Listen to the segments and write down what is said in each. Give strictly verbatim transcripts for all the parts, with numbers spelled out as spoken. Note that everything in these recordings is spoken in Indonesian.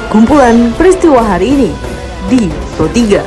Kumpulan peristiwa hari ini di Pro tiga.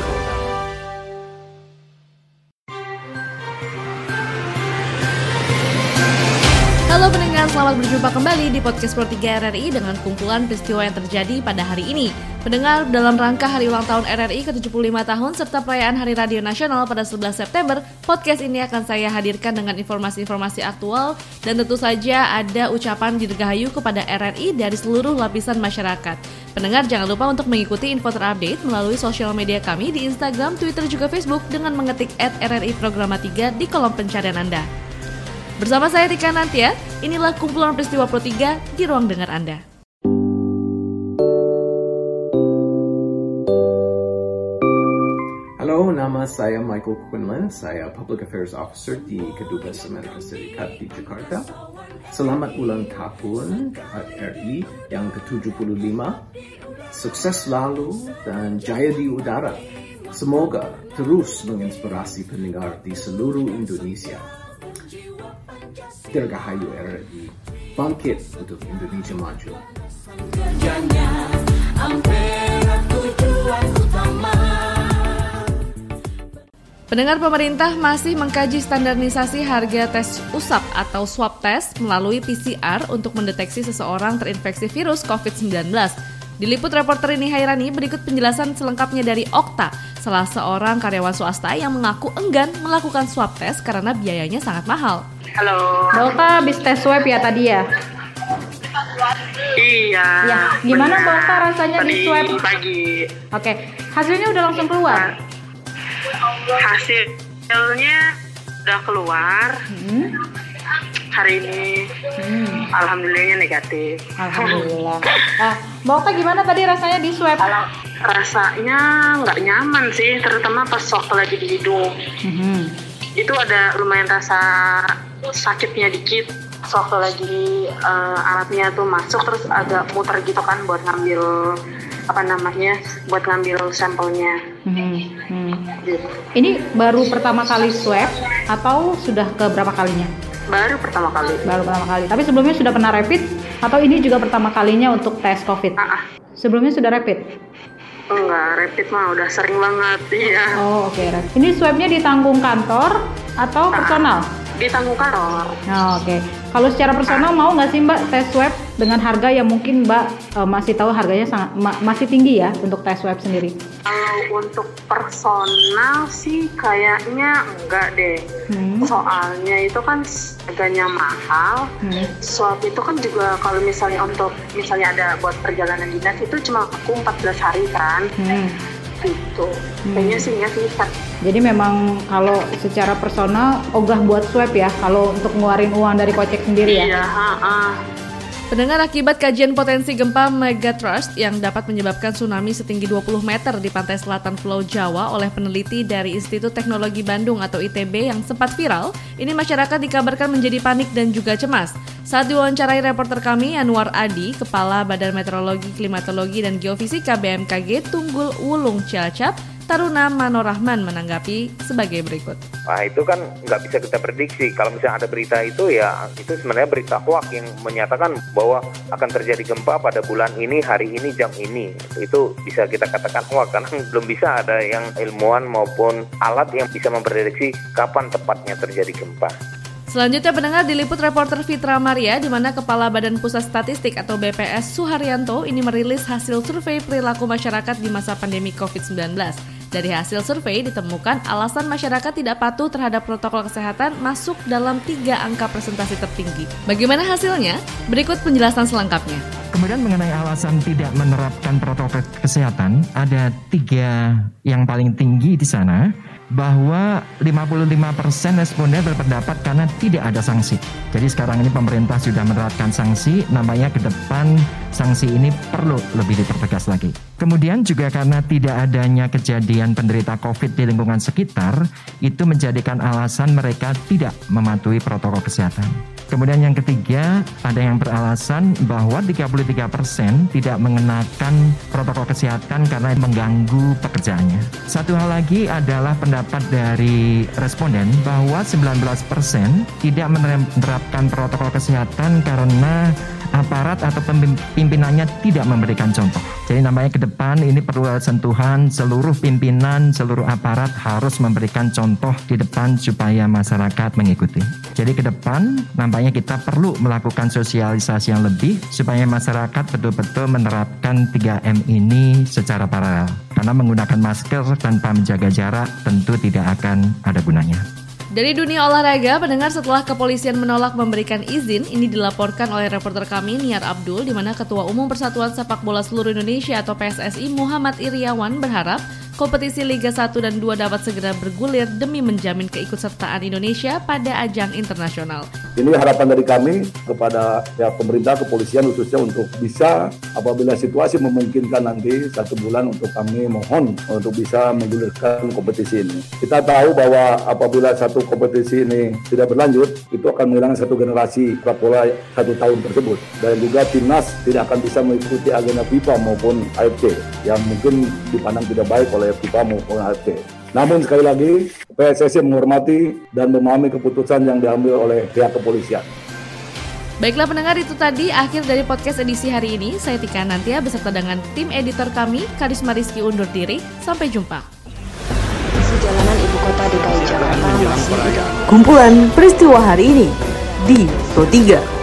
Halo pendengar, selamat berjumpa kembali di podcast Pro tiga R R I dengan kumpulan peristiwa yang terjadi pada hari ini. Pendengar, dalam rangka hari ulang tahun R R I ke tujuh puluh lima tahun serta perayaan Hari Radio Nasional pada sebelas September, podcast ini akan saya hadirkan dengan informasi-informasi aktual dan tentu saja ada ucapan dirgahayu kepada R R I dari seluruh lapisan masyarakat. Pendengar, jangan lupa untuk mengikuti info terupdate melalui sosial media kami di Instagram, Twitter, juga Facebook dengan mengetik et R R I Programa tiga di kolom pencarian Anda. Bersama saya Rika Nantia, inilah kumpulan peristiwa Pro tiga di ruang dengar Anda. Halo, nama saya Michael Quinlan, saya Public Affairs Officer di Kedubes Amerika Serikat di Jakarta. Selamat ulang tahun R I yang ke tujuh puluh lima, sukses selalu dan jaya di udara. Semoga terus menginspirasi pendengar di seluruh Indonesia. Dirgahayu R R I, bangkit untuk Indonesia maju. Pendengar, pemerintah masih mengkaji standarisasi harga tes usap atau swab test melalui P C R untuk mendeteksi seseorang terinfeksi virus covid sembilan belas. Diliput reporter Ini Hairani, berikut penjelasan selengkapnya dari Okta, salah seorang karyawan swasta yang mengaku enggan melakukan swab test karena biayanya sangat mahal. Halo. Mbak Okta habis tes swab ya tadi ya? Iya. Ya, gimana benar. Mbak Okta rasanya tadi di swab? Pagi. Oke, hasilnya udah langsung keluar? Hasilnya udah keluar. Hmm. Hari ini, hmm. alhamdulillahnya negatif. Alhamdulillah. Nah, Mbak Okta gimana tadi rasanya di swab? Rasanya nggak nyaman sih, terutama pas waktu lagi di hidung. Hmm. Itu ada lumayan rasa sakitnya dikit. Waktu lagi uh, alatnya tuh masuk terus agak muter gitu kan buat ngambil apa namanya buat ngambil sampelnya. Hmm. Hmm. Gitu. Ini baru pertama kali swab atau sudah ke berapa kalinya? Baru pertama kali. Baru pertama kali. Tapi sebelumnya sudah pernah rapid atau ini juga pertama kalinya untuk tes COVID? Ah, ah. Sebelumnya sudah rapid? Enggak, rapid mah udah sering banget, iya. Oh, oke. Okay. Ini swabnya ditanggung kantor atau personal? Ditanggung kantor. Oh, oke. Okay. Kalau secara personal mau nggak sih Mbak tes swab dengan harga yang mungkin Mbak uh, masih tahu harganya sangat ma- masih tinggi ya untuk tes swab sendiri? Kalau untuk personal sih kayaknya enggak deh. Hmm. Soalnya itu kan harganya mahal. Hmm. Swab itu kan juga kalau misalnya untuk misalnya ada buat perjalanan dinas itu cuma aku empat belas hari kan. Hmm. Gitu. Hmm. Kayaknya sih nggak sih. Jadi memang kalau secara personal ogah buat swab ya, kalau untuk ngeluarin uang dari kocek sendiri ya. Iya, uh-uh. Pendengar, akibat kajian potensi gempa megatrust yang dapat menyebabkan tsunami setinggi dua puluh meter di pantai selatan Pulau Jawa oleh peneliti dari Institut Teknologi Bandung atau I T B yang sempat viral, ini masyarakat dikabarkan menjadi panik dan juga cemas. Saat diwawancarai reporter kami Anwar Adi, Kepala Badan Meteorologi, Klimatologi, dan Geofisika B M K G Tunggul Wulung Cilacap, Taruna Manorahman menanggapi sebagai berikut. Nah itu kan nggak bisa kita prediksi. Kalau misalnya ada berita itu ya itu sebenarnya berita hoax yang menyatakan bahwa akan terjadi gempa pada bulan ini, hari ini, jam ini. Itu bisa kita katakan hoax karena belum bisa ada yang ilmuwan maupun alat yang bisa memprediksi kapan tepatnya terjadi gempa. Selanjutnya pendengar, diliput reporter Fitra Maria di mana Kepala Badan Pusat Statistik atau B P S Suharyanto ini merilis hasil survei perilaku masyarakat di masa pandemi covid sembilan belas. Dari hasil survei ditemukan alasan masyarakat tidak patuh terhadap protokol kesehatan masuk dalam tiga angka presentasi tertinggi. Bagaimana hasilnya? Berikut penjelasan selengkapnya. Kemudian mengenai alasan tidak menerapkan protokol kesehatan, ada tiga yang paling tinggi di sana, bahwa lima puluh lima persen responden berpendapat karena tidak ada sanksi. Jadi sekarang ini pemerintah sudah menerapkan sanksi, nampaknya ke depan sanksi ini perlu lebih dipertegas lagi. Kemudian juga karena tidak adanya kejadian penderita COVID di lingkungan sekitar, itu menjadikan alasan mereka tidak mematuhi protokol kesehatan. Kemudian yang ketiga, ada yang beralasan bahwa tiga puluh tiga persen tidak mengenakan protokol kesehatan karena mengganggu pekerjaannya. Satu hal lagi adalah pendapat dari responden bahwa sembilan belas persen tidak menerapkan protokol kesehatan karena aparat atau pimpinannya tidak memberikan contoh. Jadi namanya ke depan ini perlu sentuhan seluruh pimpinan, seluruh aparat harus memberikan contoh di depan supaya masyarakat mengikuti. Jadi ke depan nampaknya kita perlu melakukan sosialisasi yang lebih supaya masyarakat betul-betul menerapkan tiga M ini secara paralel. Karena menggunakan masker tanpa menjaga jarak tentu tidak akan ada gunanya. Dari dunia olahraga, pendengar, setelah kepolisian menolak memberikan izin, ini dilaporkan oleh reporter kami Niar Abdul, di mana Ketua Umum Persatuan Sepak Bola Seluruh Indonesia atau P S S I Muhammad Iriawan berharap kompetisi Liga satu dan dua dapat segera bergulir demi menjamin keikutsertaan Indonesia pada ajang internasional. Ini harapan dari kami kepada ya, pemerintah, kepolisian khususnya untuk bisa apabila situasi memungkinkan nanti satu bulan untuk kami mohon untuk bisa menggulirkan kompetisi ini. Kita tahu bahwa apabila satu kompetisi ini tidak berlanjut, itu akan menghilangkan satu generasi sepak bola satu tahun tersebut. Dan juga timnas tidak akan bisa mengikuti agenda FIFA maupun A F C yang mungkin dipandang tidak baik oleh FIFA maupun A F C. Namun sekali lagi, P S S I menghormati dan memahami keputusan yang diambil oleh pihak kepolisian. Baiklah pendengar, itu tadi akhir dari podcast edisi hari ini. Saya Tika Nantia beserta dengan tim editor kami, Karisma Rizky undur diri. Sampai jumpa. Jalanan ibu kota D K I Jakarta masih kumpulan peristiwa hari ini di Pro tiga.